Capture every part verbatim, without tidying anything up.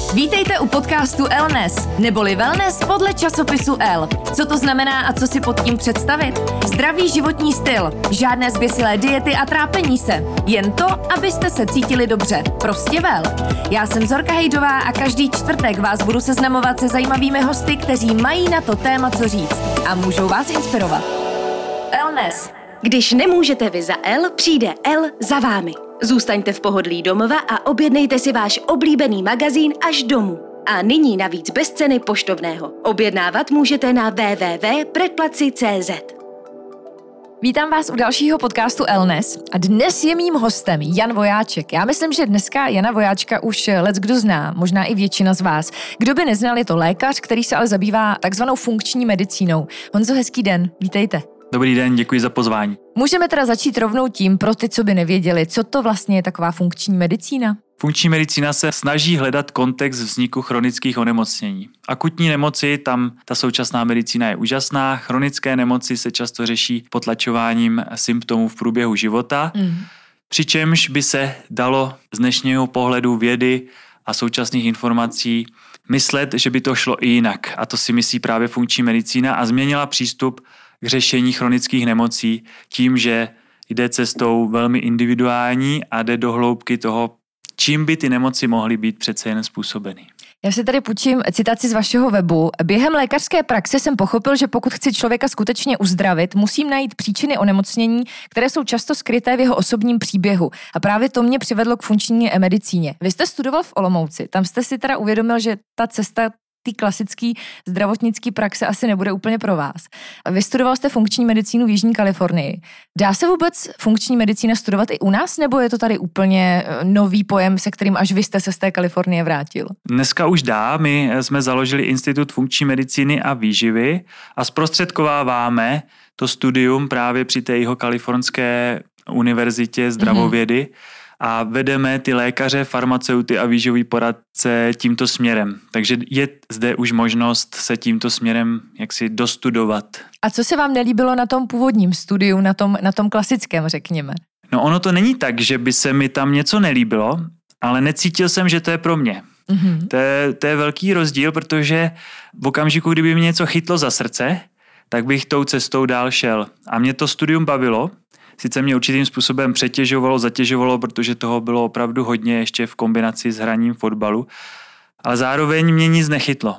Vítejte u podcastu Elnes, neboli wellness podle časopisu El. Co to znamená a co si pod tím představit? Zdravý životní styl, žádné zběsilé diety a trápení se. Jen to, abyste se cítili dobře. Prostě vel. Já jsem Zorka Hejdová a každý čtvrtek vás budu seznamovat se zajímavými hosty, kteří mají na to téma co říct a můžou vás inspirovat. Elnes. Když nemůžete vy za El, přijde El za vámi. Zůstaňte v pohodlí domova a objednejte si váš oblíbený magazín až domů. A nyní navíc bez ceny poštovného. Objednávat můžete na w w w tečka predplaci tečka c z. Vítám vás u dalšího podcastu Elnes a dnes je mým hostem Jan Vojáček. Já myslím, že dneska Jana Vojáčka už leckdo zná, možná i většina z vás. Kdo by neznal, je to lékař, který se ale zabývá takzvanou funkční medicínou. Honzo, hezký den, vítejte. Dobrý den, děkuji za pozvání. Můžeme teda začít rovnou tím, pro ty, co by nevěděli, co to vlastně je taková funkční medicína? Funkční medicína se snaží hledat kontext vzniku chronických onemocnění. Akutní nemoci, tam ta současná medicína je úžasná, chronické nemoci se často řeší potlačováním symptomů v průběhu života, mm. přičemž by se dalo z dnešního pohledu vědy a současných informací myslet, že by to šlo i jinak. A to si myslí právě funkční medicína a změnila přístup k řešení chronických nemocí tím, že jde cestou velmi individuální a jde do hloubky toho, čím by ty nemoci mohly být přece jen způsobeny. Já si tady půjčím citaci z vašeho webu. Během lékařské praxe jsem pochopil, že pokud chci člověka skutečně uzdravit, musím najít příčiny onemocnění, které jsou často skryté v jeho osobním příběhu. A právě to mě přivedlo k funkční medicíně. Vy jste studoval v Olomouci, tam jste si teda uvědomil, že ta cesta ty klasický zdravotnický praxe asi nebude úplně pro vás. Vystudoval jste funkční medicínu v Jižní Kalifornii. Dá se vůbec funkční medicína studovat i u nás, nebo je to tady úplně nový pojem, se kterým až vy jste se z té Kalifornie vrátil? Dneska už dá. My jsme založili Institut funkční medicíny a výživy a zprostředkováváme to studium právě při té Jihokalifornské univerzitě zdravovědy. Mm-hmm. A vedeme ty lékaře, farmaceuty a výživový poradce tímto směrem. Takže je zde už možnost se tímto směrem jaksi dostudovat. A co se vám nelíbilo na tom původním studiu, na tom, na tom klasickém, řekněme? No ono to není tak, že by se mi tam něco nelíbilo, ale necítil jsem, že to je pro mě. Mm-hmm. To je, to je velký rozdíl, protože v okamžiku, kdyby mě něco chytlo za srdce, tak bych tou cestou dál šel. A mě to studium bavilo. Sice mě určitým způsobem přetěžovalo, zatěžovalo, protože toho bylo opravdu hodně ještě v kombinaci s hraním fotbalu, ale zároveň mě nic nechytlo.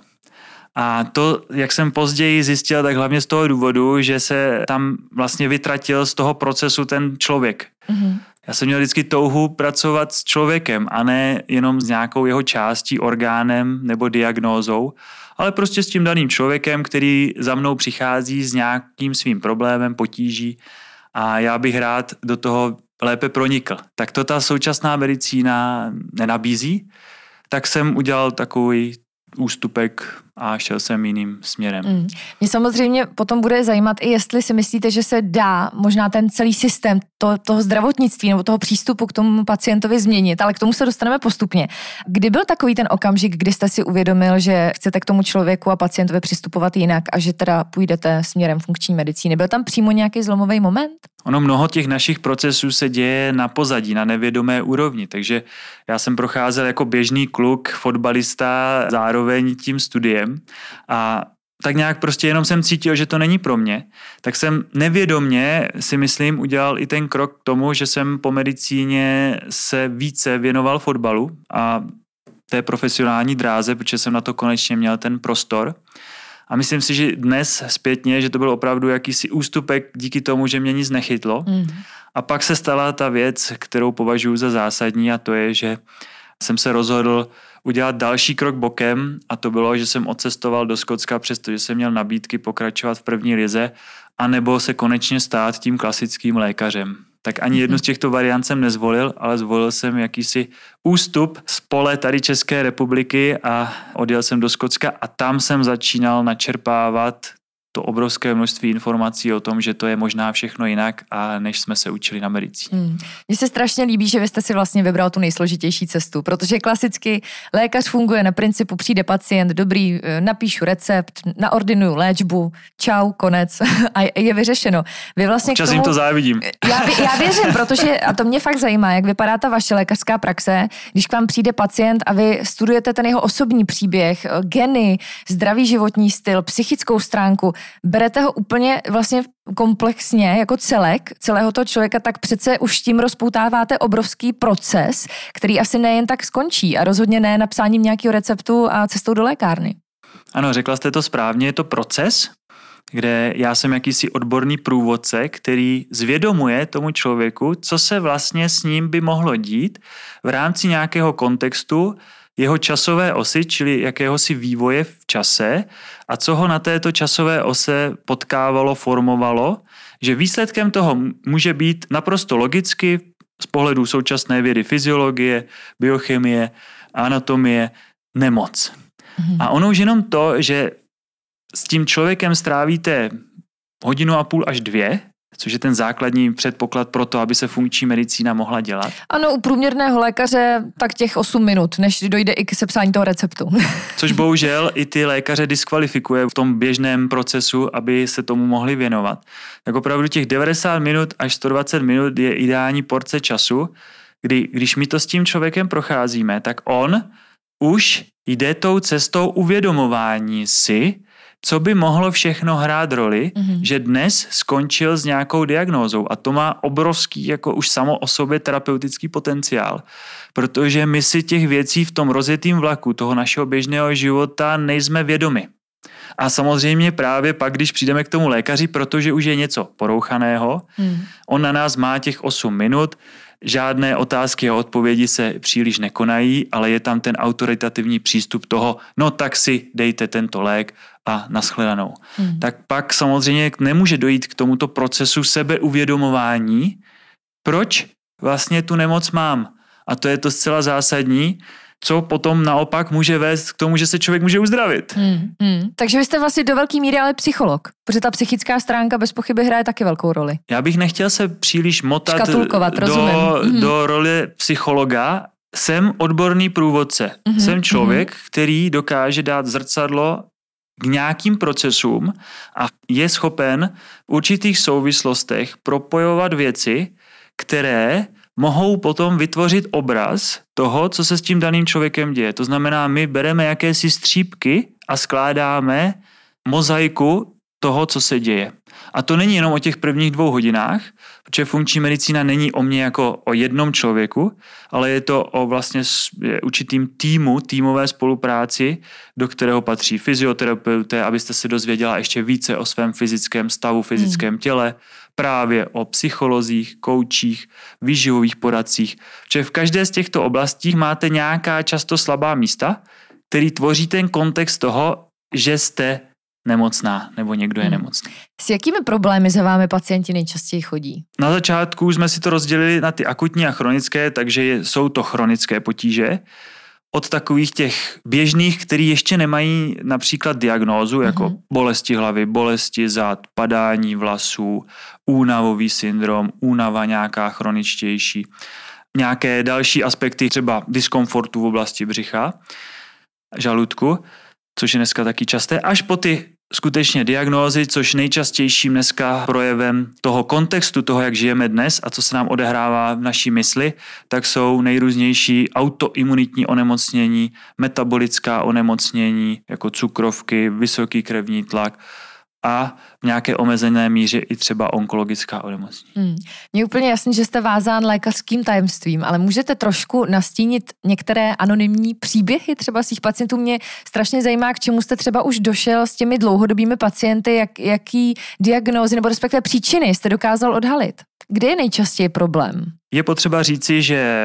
A to, jak jsem později zjistil, tak hlavně z toho důvodu, že se tam vlastně vytratil z toho procesu ten člověk. Mm-hmm. Já jsem měl vždycky touhu pracovat s člověkem a ne jenom s nějakou jeho částí, orgánem nebo diagnózou, ale prostě s tím daným člověkem, který za mnou přichází s nějakým svým problémem, potíží, a já bych rád do toho lépe pronikl. Tak to ta současná medicína nenabízí, tak jsem udělal takový ústupek a šel jsem jiným směrem. Mm. Mě samozřejmě potom bude zajímat i jestli si myslíte, že se dá možná ten celý systém to, toho zdravotnictví nebo toho přístupu k tomu pacientovi změnit, ale k tomu se dostaneme postupně. Kdy byl takový ten okamžik, kdy jste si uvědomil, že chcete k tomu člověku a pacientovi přistupovat jinak a že teda půjdete směrem funkční medicíny? Byl tam přímo nějaký zlomový moment? Ono mnoho těch našich procesů se děje na pozadí, na nevědomé úrovni, takže já jsem procházel jako běžný kluk, fotbalista, zároveň tím studiem a tak nějak prostě jenom jsem cítil, že to není pro mě, tak jsem nevědomně, si myslím, udělal i ten krok k tomu, že jsem po medicíně se více věnoval fotbalu a té profesionální dráze, protože jsem na to konečně měl ten prostor. A myslím si, že dnes zpětně, že to byl opravdu jakýsi ústupek díky tomu, že mě nic nechytlo. Mm. A pak se stala ta věc, kterou považuji za zásadní, a to je, že jsem se rozhodl udělat další krok bokem a to bylo, že jsem odcestoval do Skotska, přestože jsem měl nabídky pokračovat v první lize, anebo se konečně stát tím klasickým lékařem. Tak ani jednu z těchto variant jsem nezvolil, ale zvolil jsem jakýsi ústup z pole tady České republiky a odjel jsem do Skotska a tam jsem začínal načerpávat to obrovské množství informací o tom, že to je možná všechno jinak, a než jsme se učili na medicíně. Hmm. Mně se strašně líbí, že vy jste si vlastně vybral tu nejsložitější cestu, protože klasicky lékař funguje na principu přijde pacient, dobrý, napíšu recept, naordinuju léčbu, čau, konec a je vyřešeno. Vy vlastně Občas k tomu... jim to závidím. Já, já věřím, protože, a to mě fakt zajímá, jak vypadá ta vaše lékařská praxe, když k vám přijde pacient a vy studujete ten jeho osobní příběh, geny, zdravý životní styl, psychickou stránku, berete ho úplně vlastně komplexně jako celek celého toho člověka, tak přece už tím rozpoutáváte obrovský proces, který asi nejen tak skončí a rozhodně ne napsáním nějakého receptu a cestou do lékárny. Ano, řekla jste to správně, je to proces, kde já jsem jakýsi odborný průvodce, který zvědomuje tomu člověku, co se vlastně s ním by mohlo dít v rámci nějakého kontextu jeho časové osy, čili jakéhosi vývoje v čase, a co ho na této časové ose potkávalo, formovalo, že výsledkem toho může být naprosto logicky z pohledu současné vědy fyziologie, biochemie, anatomie, nemoc. Mhm. A ono už jenom to, že s tím člověkem strávíte hodinu a půl až dvě, což je ten základní předpoklad pro to, aby se funkční medicína mohla dělat. Ano, u průměrného lékaře tak těch osm minut, než dojde i k sepsání toho receptu. Což bohužel i ty lékaře diskvalifikuje v tom běžném procesu, aby se tomu mohli věnovat. Tak opravdu těch devadesát minut až sto dvacet minut je ideální porce času, kdy když my to s tím člověkem procházíme, tak on už jde tou cestou uvědomování si, co by mohlo všechno hrát roli, mm-hmm. že dnes skončil s nějakou diagnózou, a to má obrovský, jako už samo o sobě terapeutický potenciál, protože my si těch věcí v tom rozjetým vlaku toho našeho běžného života nejsme vědomi. A samozřejmě právě pak, když přijdeme k tomu lékaři, protože už je něco porouchaného, mm. on na nás má těch osm minut, žádné otázky a odpovědi se příliš nekonají, ale je tam ten autoritativní přístup toho, no tak si dejte tento lék a nashledanou. Hmm. Tak pak samozřejmě nemůže dojít k tomuto procesu sebeuvědomování, proč vlastně tu nemoc mám. A to je to zcela zásadní, co potom naopak může vést k tomu, že se člověk může uzdravit. Hmm, hmm. Takže vy jste vlastně do velké míry ale psycholog, protože ta psychická stránka bez pochyby hraje taky velkou roli. Já bych nechtěl se příliš motat Škatulkovat, do, hmm. do role psychologa. Jsem odborný průvodce. Hmm. Jsem člověk, hmm. který dokáže dát zrcadlo k nějakým procesům a je schopen v určitých souvislostech propojovat věci, které mohou potom vytvořit obraz toho, co se s tím daným člověkem děje. To znamená, my bereme jakési střípky a skládáme mozaiku toho, co se děje. A to není jenom o těch prvních dvou hodinách, protože funkční medicína není o mně jako o jednom člověku, ale je to o vlastně určitým týmu, týmové spolupráci, do kterého patří fyzioterapeuté, abyste se dozvěděla ještě více o svém fyzickém stavu, fyzickém těle, právě o psycholozích, koučích, výživových poradcích. Protože v každé z těchto oblastí máte nějaká často slabá místa, který tvoří ten kontext toho, že jste nemocná nebo někdo je hmm. nemocný. S jakými problémy za vámi pacienti nejčastěji chodí? Na začátku jsme si to rozdělili na ty akutní a chronické, takže jsou to chronické potíže. Od takových těch běžných, který ještě nemají například diagnózu, jako mm-hmm. bolesti hlavy, bolesti zad, padání vlasů, únavový syndrom, únava nějaká chroničtější, nějaké další aspekty, třeba diskomfortu v oblasti břicha, žaludku, což je dneska taky časté, až po ty skutečně diagnózy, což nejčastějším dneska projevem toho kontextu, toho, jak žijeme dnes a co se nám odehrává v naší mysli, tak jsou nejrůznější autoimunitní onemocnění, metabolická onemocnění, jako cukrovky, vysoký krevní tlak a v nějaké omezené míře i třeba onkologická onemocnění. Hmm. Mně je úplně jasný, že jste vázán lékařským tajemstvím, ale můžete trošku nastínit některé anonymní příběhy třeba svých pacientů? Mě strašně zajímá, k čemu jste třeba už došel s těmi dlouhodobými pacienty, jak, jaký diagnózy nebo respektive příčiny jste dokázal odhalit. Kde je nejčastěji problém? Je potřeba říci, že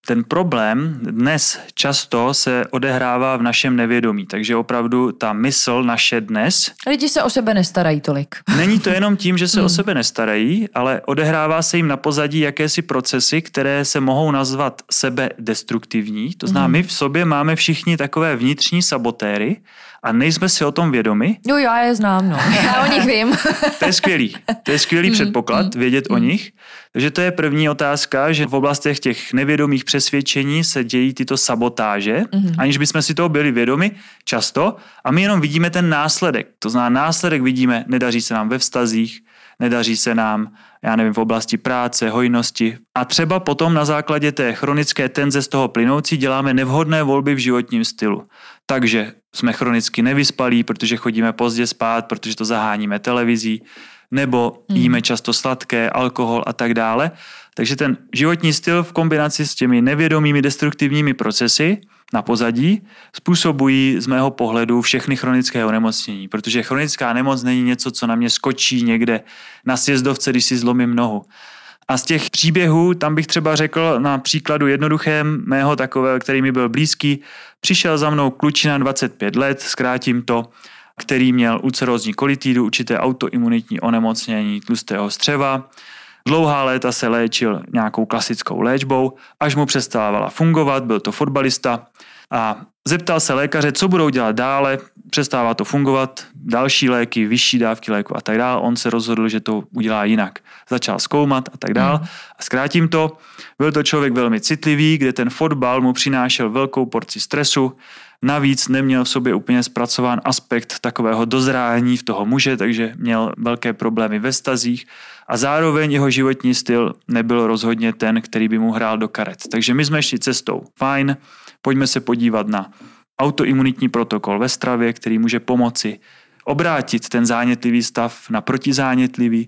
ten problém dnes často se odehrává v našem nevědomí, takže opravdu ta mysl naše dnes... Lidi se o sebe nestarají tolik. Není to jenom tím, že se hmm. o sebe nestarají, ale odehrává se jim na pozadí jakési procesy, které se mohou nazvat sebedestruktivní. To znamená, hmm. my v sobě máme všichni takové vnitřní sabotéry a nejsme si o tom vědomi. Jo, já je znám, no. Já o nich vím. To je skvělý. To je skvělý hmm. předpoklad, vědět hmm. o nich. Takže to je první otázka, že v oblastech těch nevědomých přesvědčení se dějí tyto sabotáže, mm-hmm. aniž bychom si toho byli vědomi často a my jenom vidíme ten následek. To znamená, následek vidíme, nedaří se nám ve vztazích, nedaří se nám, já nevím, v oblasti práce, hojnosti a třeba potom na základě té chronické tenze z toho plynoucí děláme nevhodné volby v životním stylu. Takže jsme chronicky nevyspalí, protože chodíme pozdě spát, protože to zaháníme televizí, nebo jíme často sladké, alkohol a tak dále. Takže ten životní styl v kombinaci s těmi nevědomými destruktivními procesy na pozadí způsobují z mého pohledu všechny chronické onemocnění, protože chronická nemoc není něco, co na mě skočí někde na sjezdovce, když si zlomím nohu. A z těch příběhů, tam bych třeba řekl na příkladu jednoduchém mého takového, který mi byl blízký, přišel za mnou klučina dvacet pět let, zkrátím to, který měl ulcerózní kolitidu, určité autoimunitní onemocnění tlustého střeva. Dlouhá léta se léčil nějakou klasickou léčbou, až mu přestávala fungovat, byl to fotbalista a zeptal se lékaře, co budou dělat dále, přestává to fungovat, další léky, vyšší dávky léku a tak dále. On se rozhodl, že to udělá jinak. Začal zkoumat a tak dále. A zkrátím to, byl to člověk velmi citlivý, kde ten fotbal mu přinášel velkou porci stresu. Navíc neměl v sobě úplně zpracován aspekt takového dozrání v toho muže, takže měl velké problémy ve vztazích a zároveň jeho životní styl nebyl rozhodně ten, který by mu hrál do karet. Takže my jsme šli cestou. Fajn, pojďme se podívat na autoimunitní protokol ve stravě, který může pomoci obrátit ten zánětlivý stav na protizánětlivý.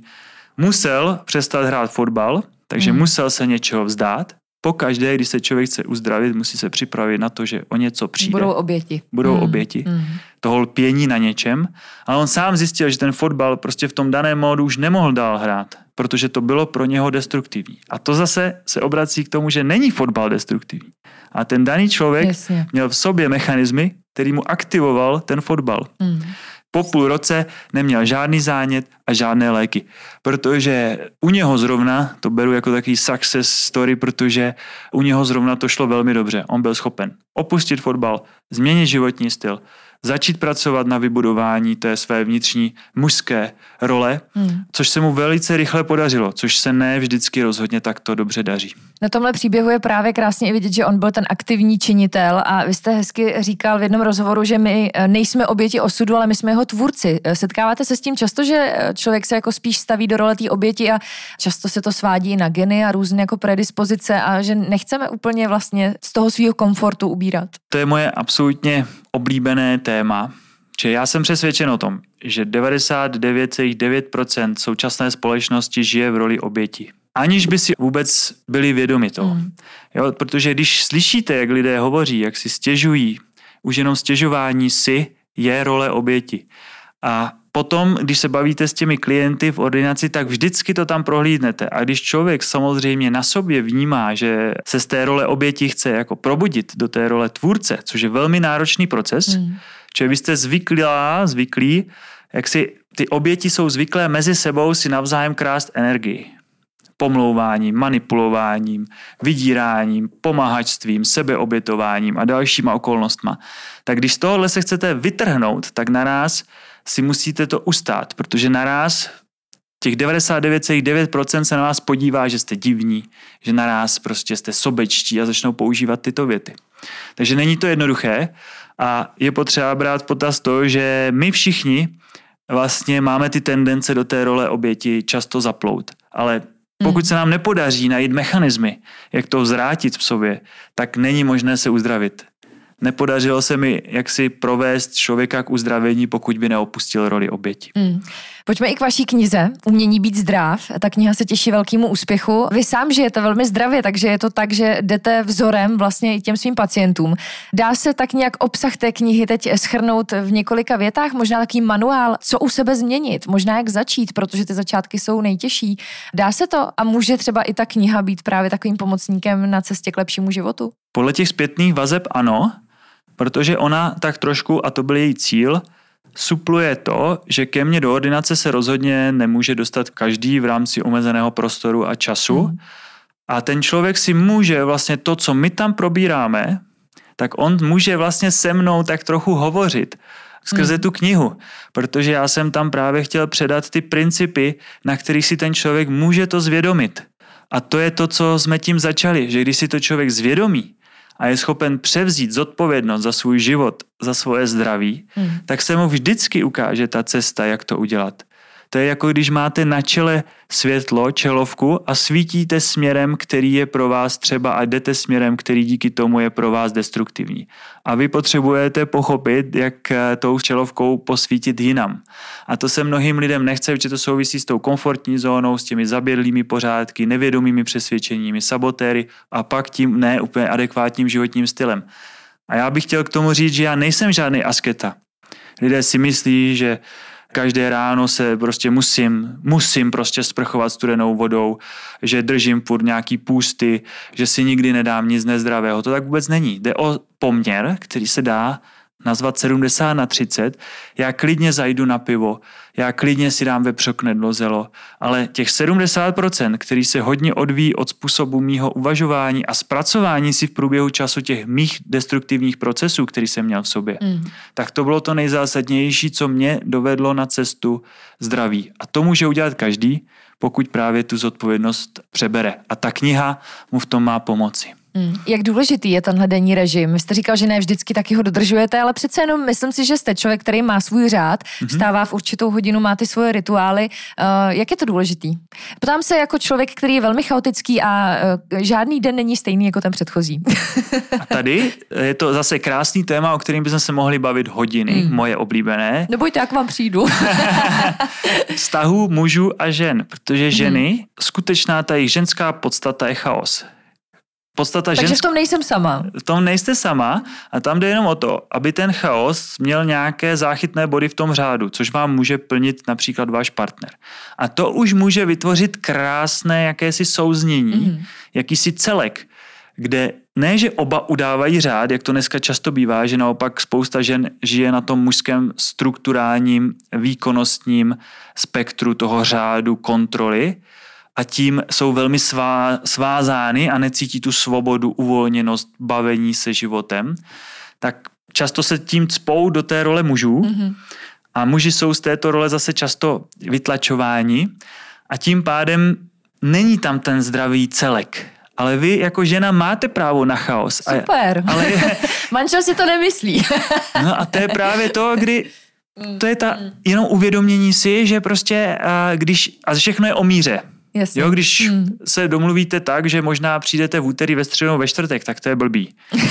Musel přestat hrát fotbal, takže mm. musel se něčeho vzdát. Pokaždé, když se člověk chce uzdravit, musí se připravit na to, že o něco přijde. Budou oběti. Budou mm. oběti. Mm. Toho lpění na něčem. Ale on sám zjistil, že ten fotbal prostě v tom daném módu už nemohl dál hrát, protože to bylo pro něho destruktivní. A to zase se obrací k tomu, že není fotbal destruktivní. A ten daný člověk Jasně. měl v sobě mechanismy, který mu aktivoval ten fotbal. Mm. Po půl roce neměl žádný zánět a žádné léky, protože u něho zrovna, to beru jako takový success story, protože u něho zrovna to šlo velmi dobře. On byl schopen opustit fotbal, změnit životní styl, začít pracovat na vybudování té své vnitřní mužské role, hmm. což se mu velice rychle podařilo, což se ne vždycky rozhodně takto dobře daří. Na tomhle příběhu je právě krásně i vidět, že on byl ten aktivní činitel a vy jste hezky říkal v jednom rozhovoru, že my nejsme oběti osudu, ale my jsme jeho tvůrci. Setkáváte se s tím často, že člověk se jako spíš staví do role té oběti a často se to svádí na geny a různé jako predispozice a že nechceme úplně vlastně z toho svého komfortu ubírat? To je moje absolutně oblíbené téma, že já jsem přesvědčen o tom, že devadesát devět celá devět procent současné společnosti žije v roli oběti. Aniž by si vůbec byli vědomi toho. Mm. Jo, protože když slyšíte, jak lidé hovoří, jak si stěžují, už jenom stěžování si je role oběti. A potom, když se bavíte s těmi klienty v ordinaci, tak vždycky to tam prohlídnete. A když člověk samozřejmě na sobě vnímá, že se z té role oběti chce jako probudit do té role tvůrce, což je velmi náročný proces, mm. že vy jste zvyklá, zvyklí, jak si ty oběti jsou zvyklé mezi sebou si navzájem krást energii. Pomlouváním, manipulováním, vydíráním, pomáhačstvím, sebeobětováním a dalšíma okolnostma. Tak když z tohohle se chcete vytrhnout, tak naraz si musíte to ustát, protože naraz těch devadesát devět celá devět procent se na vás podívá, že jste divní, že naraz prostě jste sobečtí a začnou používat tyto věty. Takže není to jednoduché a je potřeba brát v potaz to, že my všichni vlastně máme ty tendence do té role oběti často zaplout, ale pokud se nám nepodaří najít mechanismy, jak to vzvrátit v sobě, tak není možné se uzdravit. nepodařilo se mi jaksi provést člověka k uzdravení, pokud by neopustil roli oběti. Hmm. Pojďme i k vaší knize Umění být zdrav. Ta kniha se těší velkému úspěchu. Vy sám žijete velmi zdravě, takže je to tak, že jdete vzorem vlastně i těm svým pacientům. Dá se tak nějak obsah té knihy teď shrnout v několika větách, možná takový manuál, co u sebe změnit, možná jak začít, protože ty začátky jsou nejtěžší. Dá se to a může třeba i ta kniha být právě takovým pomocníkem na cestě k lepšímu životu? Podle těch zpětných vazeb ano, protože ona tak trošku, a to byl její cíl, supluje to, že ke mně do ordinace se rozhodně nemůže dostat každý v rámci omezeného prostoru a času. Mm. A ten člověk si může vlastně to, co my tam probíráme, tak on může vlastně se mnou tak trochu hovořit skrze mm. tu knihu, protože já jsem tam právě chtěl předat ty principy, na kterých si ten člověk může to zvědomit. A to je to, co jsme tím začali, že když si to člověk zvědomí, a je schopen převzít zodpovědnost za svůj život, za svoje zdraví, hmm. tak se mu vždycky ukáže ta cesta, jak to udělat. To je jako když máte na čele světlo, čelovku a svítíte směrem, který je pro vás třeba a jdete směrem, který díky tomu je pro vás destruktivní. A vy potřebujete pochopit, jak tou čelovkou posvítit jinam. A to se mnohým lidem nechce, protože to souvisí s tou komfortní zónou, s těmi zabědlými pořádky, nevědomými přesvědčeními, sabotéry a pak tím ne úplně adekvátním životním stylem. A já bych chtěl k tomu říct, že já nejsem žádný asketa. Lidé si myslí, že každé ráno se prostě musím, musím prostě sprchovat studenou vodou, že držím furt nějaký půsty, že si nikdy nedám nic nezdravého. To tak vůbec není. Jde o poměr, který se dá nazvat sedmdesát na třicet. Já klidně zajdu na pivo, já klidně si dám vepřoknedlo zelo, ale těch sedmdesát procent, který se hodně odvíjí od způsobu mýho uvažování a zpracování si v průběhu času těch mých destruktivních procesů, který jsem měl v sobě, mm. tak to bylo to nejzásadnější, co mě dovedlo na cestu zdraví. A to může udělat každý, pokud právě tu zodpovědnost přebere. A ta kniha mu v tom má pomoci. Hmm. Jak důležitý je tenhle denní režim? Vy jste říkal, že ne vždycky taky ho dodržujete, ale přece jenom myslím si, že jste člověk, který má svůj řád, mm-hmm. vstává v určitou hodinu, má ty svoje rituály. Uh, jak je to důležitý? Ptám se jako člověk, který je velmi chaotický a uh, žádný den není stejný jako ten předchozí. A tady je to zase krásný téma, o kterým bychom se mohli bavit hodiny, mm. moje oblíbené. Nebojte, jak vám přijdu. Vztahů mužů a žen, protože ženy, mm. skutečná ta jejich ženská podstata je chaos. Podstata Takže žensk... v tom nejsem sama. V tom nejste sama a tam jde jenom o to, aby ten chaos měl nějaké záchytné body v tom řádu, což vám může plnit například váš partner. A to už může vytvořit krásné jakési souznění, mm-hmm. jakýsi celek, kde ne, že oba udávají řád, jak to dneska často bývá, že naopak spousta žen žije na tom mužském strukturálním, výkonnostním spektru toho řádu kontroly, a tím jsou velmi svá, svázány a necítí tu svobodu, uvolněnost, bavení se životem, tak často se tím cpou do té role mužů mm-hmm. a muži jsou z této role zase často vytlačováni a tím pádem není tam ten zdravý celek. Ale vy jako žena máte právo na chaos. Super. A, ale... Manžel si to nemyslí. No a to je právě to, kdy to je ta jenom uvědomění si, že prostě a když a všechno je o míře. Jasně. Jo, když hmm. se domluvíte tak, že možná přijdete v úterý, ve středu, ve čtvrtek, tak to je blbý.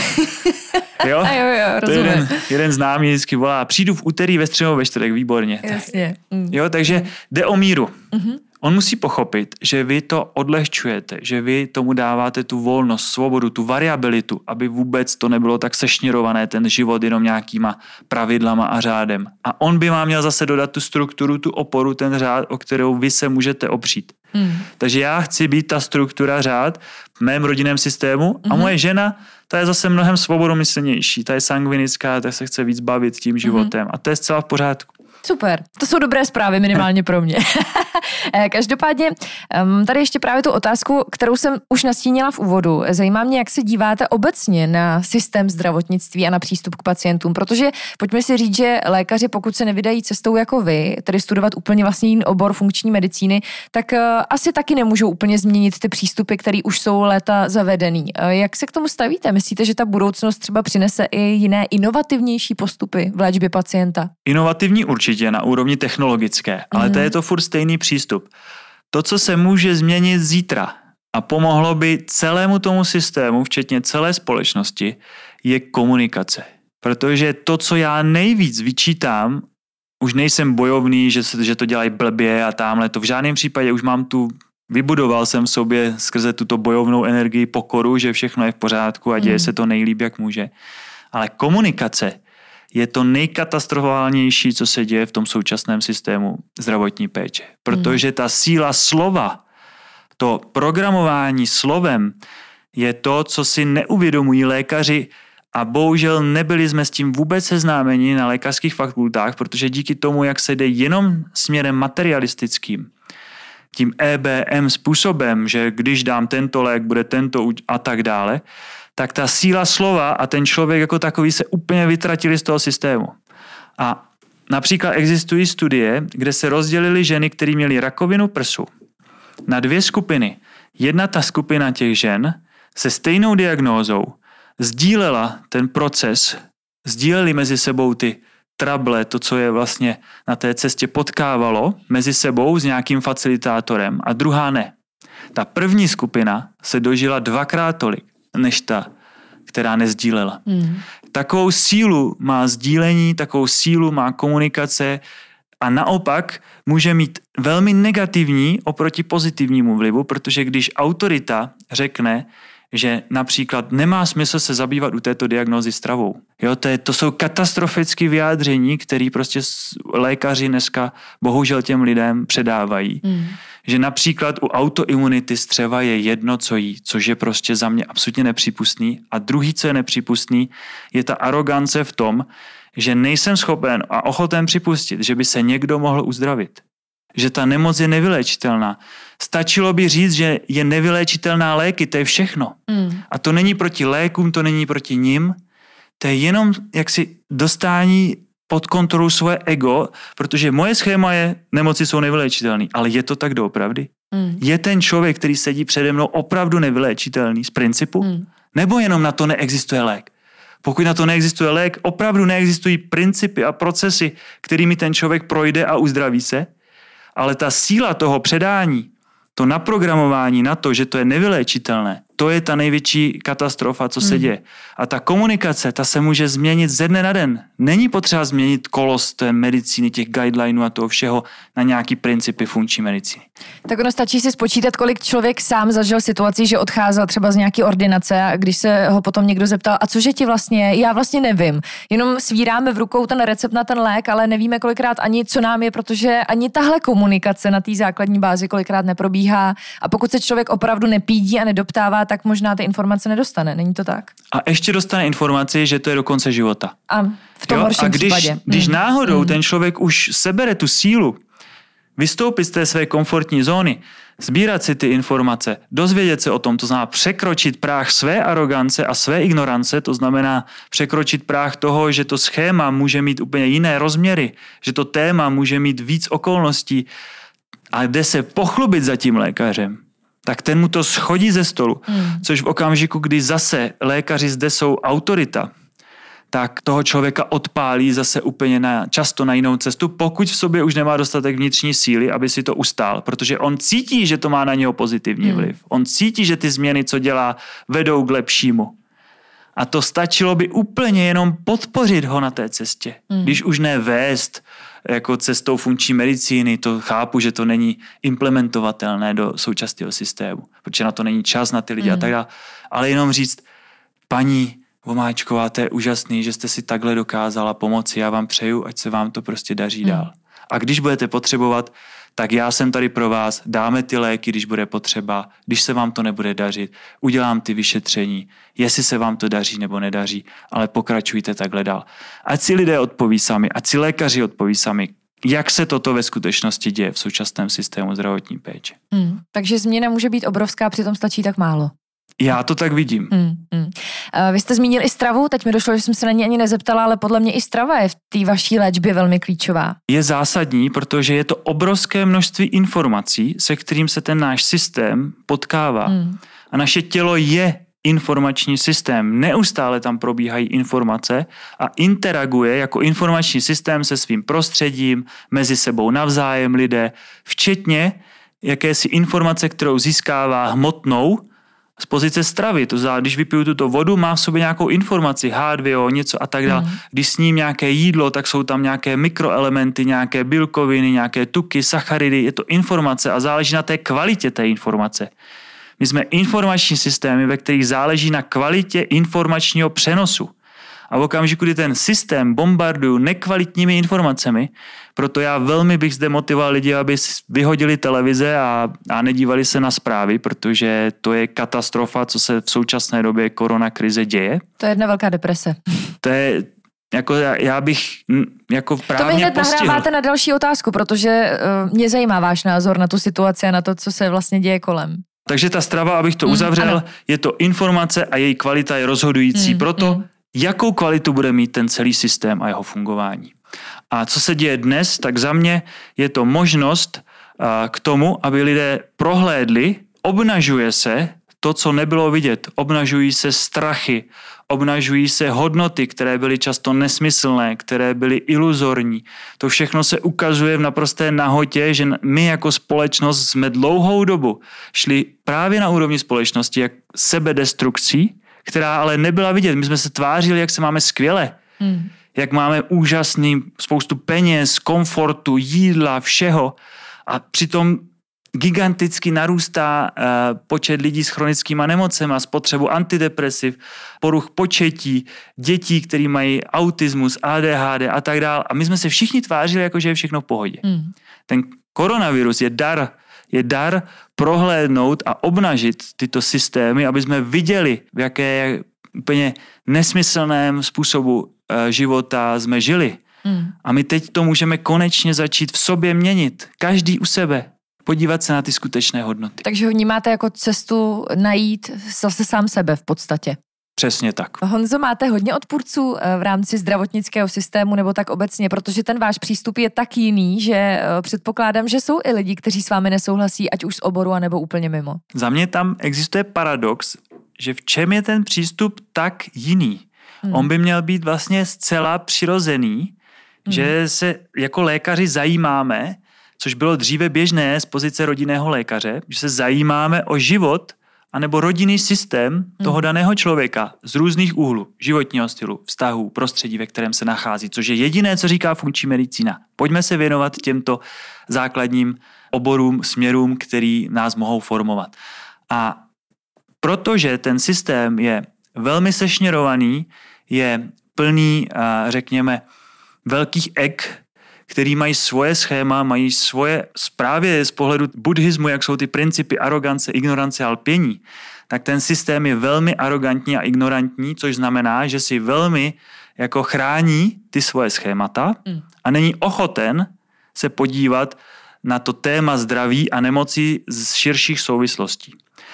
Jo? A jo, jo, to je jeden, jeden známý vždycky volá, přijdu v úterý, ve středu, ve čtvrtek, výborně. Jasně. Hmm. Jo, takže jde o míru. Mm-hmm. On musí pochopit, že vy to odlehčujete, že vy tomu dáváte tu volnost, svobodu, tu variabilitu, aby vůbec to nebylo tak sešněrované, ten život jenom nějakýma pravidlama a řádem. A on by vám měl zase dodat tu strukturu, tu oporu, ten řád, o kterou vy se můžete opřít. Hmm. Takže já chci být ta struktura, řád v mém rodinném systému a hmm. moje žena, ta je zase mnohem svobodomyslnější, ta je sangvinická, ta se chce víc bavit tím životem hmm. a to je zcela v pořádku. Super, to jsou dobré zprávy minimálně pro mě. Každopádně tady ještě právě tu otázku, kterou jsem už nastínila v úvodu. Zajímá mě, jak se díváte obecně na systém zdravotnictví a na přístup k pacientům, protože pojďme si říct, že lékaři, pokud se nevydají cestou jako vy, tedy studovat úplně vlastně jiný obor funkční medicíny, tak asi taky nemůžou úplně změnit ty přístupy, které už jsou léta zavedený. Jak se k tomu stavíte? Myslíte, že ta budoucnost třeba přinese i jiné inovativnější postupy v léčbě pacienta? Inovativní určitě na úrovni technologické, ale mm. to je to furt stejný přístup. To, co se může změnit zítra a pomohlo by celému tomu systému, včetně celé společnosti, je komunikace. Protože to, co já nejvíc vyčítám, už nejsem bojovný, že, se, že to dělají blbě a tamhle to v žádném případě, už mám tu, vybudoval jsem v sobě skrze tuto bojovnou energii pokoru, že všechno je v pořádku a děje mm. se to nejlíp, jak může. Ale komunikace je to nejkatastrofálnější, co se děje v tom současném systému zdravotní péče. Protože ta síla slova, to programování slovem je to, co si neuvědomují lékaři a bohužel nebyli jsme s tím vůbec seznámeni na lékařských fakultách, protože díky tomu, jak se jde jenom směrem materialistickým, tím E B M způsobem, že když dám tento lék, bude tento a tak dále, tak ta síla slova a ten člověk jako takový se úplně vytratili z toho systému. A například existují studie, kde se rozdělily ženy, které měly rakovinu prsu, na dvě skupiny. Jedna ta skupina těch žen se stejnou diagnózou sdílela ten proces, sdíleli mezi sebou ty trable, to, co je vlastně na té cestě potkávalo mezi sebou s nějakým facilitátorem a druhá ne. Ta první skupina se dožila dvakrát tolik, než ta, která nezdílela. Mm. Takovou sílu má sdílení, takovou sílu má komunikace a naopak může mít velmi negativní oproti pozitivnímu vlivu, protože když autorita řekne, že například nemá smysl se zabývat u této diagnózy stravou. Jo, to, je, to jsou katastrofické vyjádření, které prostě lékaři dneska bohužel těm lidem předávají. Mm. Že například u autoimunity střeva je jedno, co jí, což je prostě za mě absolutně nepřípustný. A druhý, co je nepřípustný, je ta arogance v tom, že nejsem schopen a ochoten připustit, že by se někdo mohl uzdravit. Že ta nemoc je nevyléčitelná. Stačilo by říct, že je nevyléčitelná léky, to je všechno. Mm. A to není proti lékům, to není proti nim, to je jenom jaksi dostání pod kontrolu svoje ego, protože moje schéma je, nemoci jsou nevyléčitelné, ale je to tak doopravdy? Mm. Je ten člověk, který sedí přede mnou, opravdu nevyléčitelný z principu? Mm. Nebo jenom na to neexistuje lék? Pokud na to neexistuje lék, opravdu neexistují principy a procesy, kterými ten člověk projde a uzdraví se, ale ta síla toho předání, to naprogramování na to, že to je nevyléčitelné, to je ta největší katastrofa, co se děje. A ta komunikace, ta se může změnit ze dne na den. Není potřeba změnit kolos té medicíny, těch guidelineů a toho všeho na nějaký principy funkční medicíny. Tak ono stačí si spočítat, kolik člověk sám zažil situaci, že odcházel třeba z nějaké ordinace a když se ho potom někdo zeptal, a cože ti vlastně, já vlastně nevím. Jenom svíráme v rukou ten recept na ten lék, ale nevíme kolikrát ani, co nám je, protože ani tahle komunikace na té základní bázi kolikrát neprobíhá. A pokud se člověk opravdu nepídí a nedoptává, tak možná ty informace nedostane. Není to tak? A ještě dostane informaci, že to je do konce života. A v tom jo? horším a když, případě. když hmm. náhodou hmm. ten člověk už sebere tu sílu, vystoupit z té své komfortní zóny, sbírat si ty informace, dozvědět se o tom, to znamená překročit práh své arogance a své ignorance, to znamená překročit práh toho, že to schéma může mít úplně jiné rozměry, že to téma může mít víc okolností a jde se pochlubit za tím lékařem, tak ten mu to schodí ze stolu. Mm. Což v okamžiku, kdy zase lékaři zde jsou autorita, tak toho člověka odpálí zase úplně na, často na jinou cestu, pokud v sobě už nemá dostatek vnitřní síly, aby si to ustál, protože on cítí, že to má na něho pozitivní mm. vliv. On cítí, že ty změny, co dělá, vedou k lepšímu. A to stačilo by úplně jenom podpořit ho na té cestě. Mm. Když už ne vést jako cestou funkční medicíny, to chápu, že to není implementovatelné do současného systému, protože na to není čas na ty lidi mm. a tak dále. Ale jenom říct, paní Vomáčková, to je úžasný, že jste si takhle dokázala pomoci, já vám přeju, ať se vám to prostě daří mm. dál. A když budete potřebovat, tak já jsem tady pro vás, dáme ty léky, když bude potřeba, když se vám to nebude dařit, udělám ty vyšetření, jestli se vám to daří nebo nedaří, ale pokračujte takhle dál. Ať si lidé odpoví sami, ať si lékaři odpoví sami, jak se toto ve skutečnosti děje v současném systému zdravotní péče. Hmm, takže změna může být obrovská, přitom stačí tak málo. Já to tak vidím. Hmm, hmm. Vy jste zmínil i stravu, teď mi došlo, že jsem se na ní ani nezeptala, ale podle mě i strava je v té vaší léčbě velmi klíčová. Je zásadní, protože je to obrovské množství informací, se kterým se ten náš systém potkává. Hmm. A naše tělo je informační systém. Neustále tam probíhají informace a interaguje jako informační systém se svým prostředím, mezi sebou navzájem lidé, včetně jakési informace, kterou získává hmotnou z pozice stravy. To znamená, když vypiju tuto vodu, mám v sobě nějakou informaci, H dva O, něco a tak dále. Mm. Když sním nějaké jídlo, tak jsou tam nějaké mikroelementy, nějaké bílkoviny, nějaké tuky, sacharidy. Je to informace a záleží na té kvalitě té informace. My jsme informační systémy, ve kterých záleží na kvalitě informačního přenosu. A v okamžiku, kdy ten systém bombarduju nekvalitními informacemi, proto já velmi bych zde motivoval lidi, aby vyhodili televize a, a nedívali se na zprávy, protože to je katastrofa, co se v současné době koronakrize děje. To je jedna velká deprese. To je, jako já bych jako právě To mi hned postihl. nahráváte na další otázku, protože uh, mě zajímá váš názor na tu situaci a na to, co se vlastně děje kolem. Takže ta strava, abych to uzavřel, mm, je to informace a její kvalita je rozhodující. Mm, proto mm. jakou kvalitu bude mít ten celý systém a jeho fungování. A co se děje dnes, tak za mě je to možnost k tomu, aby lidé prohlédli, obnažuje se to, co nebylo vidět. Obnažují se strachy, obnažují se hodnoty, které byly často nesmyslné, které byly iluzorní. To všechno se ukazuje v naprosté nahotě, že my jako společnost jsme dlouhou dobu šli právě na úrovni společnosti jak sebedestrukcí, která ale nebyla vidět. My jsme se tvářili, jak se máme skvěle, hmm. jak máme úžasný spoustu peněz, komfortu, jídla, všeho. A přitom giganticky narůstá uh, počet lidí s chronickými nemocemi, spotřebu antidepresiv, poruch početí, dětí, který mají autismus, A D H D a tak dále. A my jsme se všichni tvářili, jako že je všechno v pohodě. Hmm. Ten koronavirus je dar, je dar prohlédnout a obnažit tyto systémy, aby jsme viděli, v jaké úplně nesmyslném způsobu života jsme žili. Mm. A my teď to můžeme konečně začít v sobě měnit. Každý u sebe. Podívat se na ty skutečné hodnoty. Takže ho vnímáte jako cestu najít zase sám sebe v podstatě. Přesně tak. Honzo, máte hodně odpůrců v rámci zdravotnického systému nebo tak obecně, protože ten váš přístup je tak jiný, že předpokládám, že jsou i lidi, kteří s vámi nesouhlasí, ať už z oboru, anebo úplně mimo. Za mě tam existuje paradox, že v čem je ten přístup tak jiný. Hmm. On by měl být vlastně zcela přirozený, hmm. že se jako lékaři zajímáme, což bylo dříve běžné z pozice rodinného lékaře, že se zajímáme o život anebo rodinný systém toho daného člověka z různých úhlů, životního stylu, vztahů, prostředí, ve kterém se nachází, což je jediné, co říká funkční medicína. Pojďme se věnovat těmto základním oborům, směrům, který nás mohou formovat. A protože ten systém je velmi sešněrovaný, je plný, řekněme, velkých ek, který mají svoje schéma, mají svoje právě z pohledu buddhismu, jak jsou ty principy arogance, ignorance a lpění, tak ten systém je velmi arogantní a ignorantní, což znamená, že si velmi jako chrání ty svoje schémata a není ochoten se podívat na to téma zdraví a nemocí z širších souvislostí.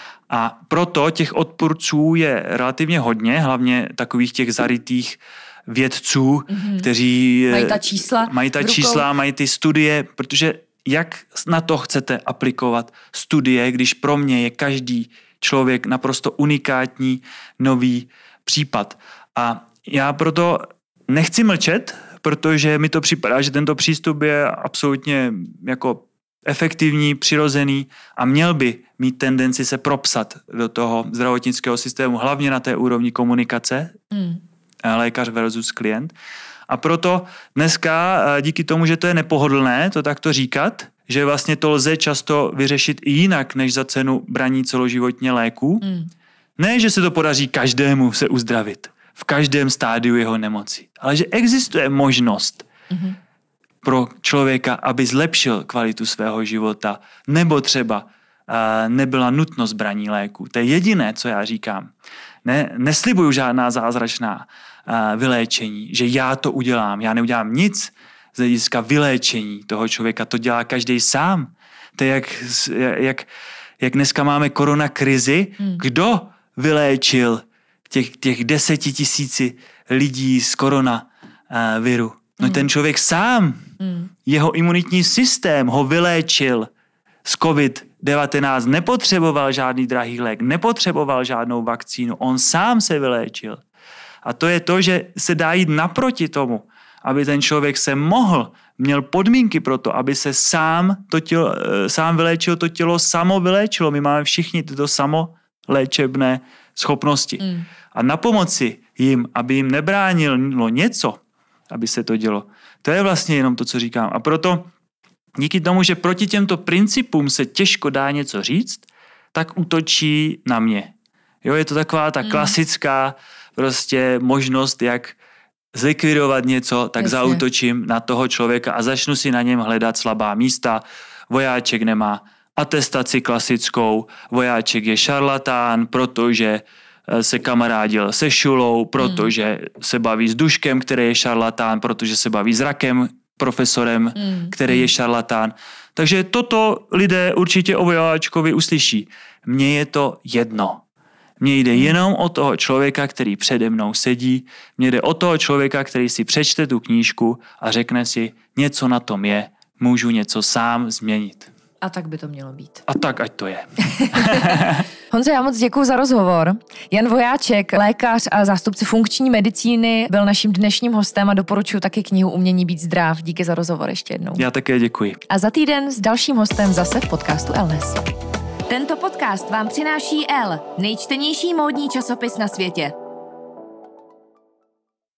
A proto těch odpůrců je relativně hodně, hlavně takových těch zarytých vědců, mm-hmm. kteří mají ta čísla, mají, ta čísla, mají ty studie, protože jak na to chcete aplikovat studie, když pro mě je každý člověk naprosto unikátní nový případ. A já proto nechci mlčet, protože mi to připadá, že tento přístup je absolutně jako efektivní, přirozený a měl by mít tendenci se propsat do toho zdravotnického systému, hlavně na té úrovni komunikace, mm. lékař versus klient. A proto dneska díky tomu, že to je nepohodlné to takto říkat, že vlastně to lze často vyřešit i jinak, než za cenu braní celoživotně léků. Mm. Ne, že se to podaří každému se uzdravit v každém stádiu jeho nemoci, ale že existuje možnost mm-hmm. pro člověka, aby zlepšil kvalitu svého života, nebo třeba nebyla nutnost braní léku. To je jediné, co já říkám. Ne, neslibuju žádná zázračná vyléčení, že já to udělám. Já neudělám nic z hlediska vyléčení toho člověka. To dělá každý sám. To je jak, jak, jak dneska máme koronakrizi. Hmm. Kdo vyléčil těch, těch desetitisíci lidí z koronaviru? No hmm. ten člověk sám. Hmm. Jeho imunitní systém ho vyléčil z covid devatenáct. Nepotřeboval žádný drahý lék, nepotřeboval žádnou vakcínu. On sám se vyléčil. A to je to, že se dá jít naproti tomu, aby ten člověk se mohl, měl podmínky pro to, aby se sám, to tělo, sám vyléčil, to tělo samo vyléčilo. My máme všichni to samo léčebné schopnosti. Mm. A na pomoci jim, aby jim nebránilo něco, aby se to dělo. To je vlastně jenom to, co říkám. A proto díky tomu, že proti těmto principům se těžko dá něco říct, tak útočí na mě. Jo, je to taková ta klasická prostě možnost, jak zlikvidovat něco, tak Jasně. zaútočím na toho člověka a začnu si na něm hledat slabá místa. Vojáček nemá atestaci klasickou, vojáček je šarlatán, protože se kamarádil se Šulou, protože mm. se baví s Duškem, který je šarlatán, protože se baví s Rakem, profesorem, mm. který je šarlatán. Takže toto lidé určitě o vojáčkovi uslyší. Mně je to jedno. Mně jde jenom o toho člověka, který přede mnou sedí. Mně jde o toho člověka, který si přečte tu knížku a řekne si, něco na tom je, můžu něco sám změnit. A tak by to mělo být. A tak, ať to je. Honzo, já moc děkuju za rozhovor. Jan Vojáček, lékař a zástupce funkční medicíny, byl naším dnešním hostem a doporučuji taky knihu Umění být zdrav. Díky za rozhovor ještě jednou. Já také děkuji. A za týden s dalším hostem zase v podcastu Elnes. Tento podcast vám přináší Elle, nejčtenější módní časopis na světě.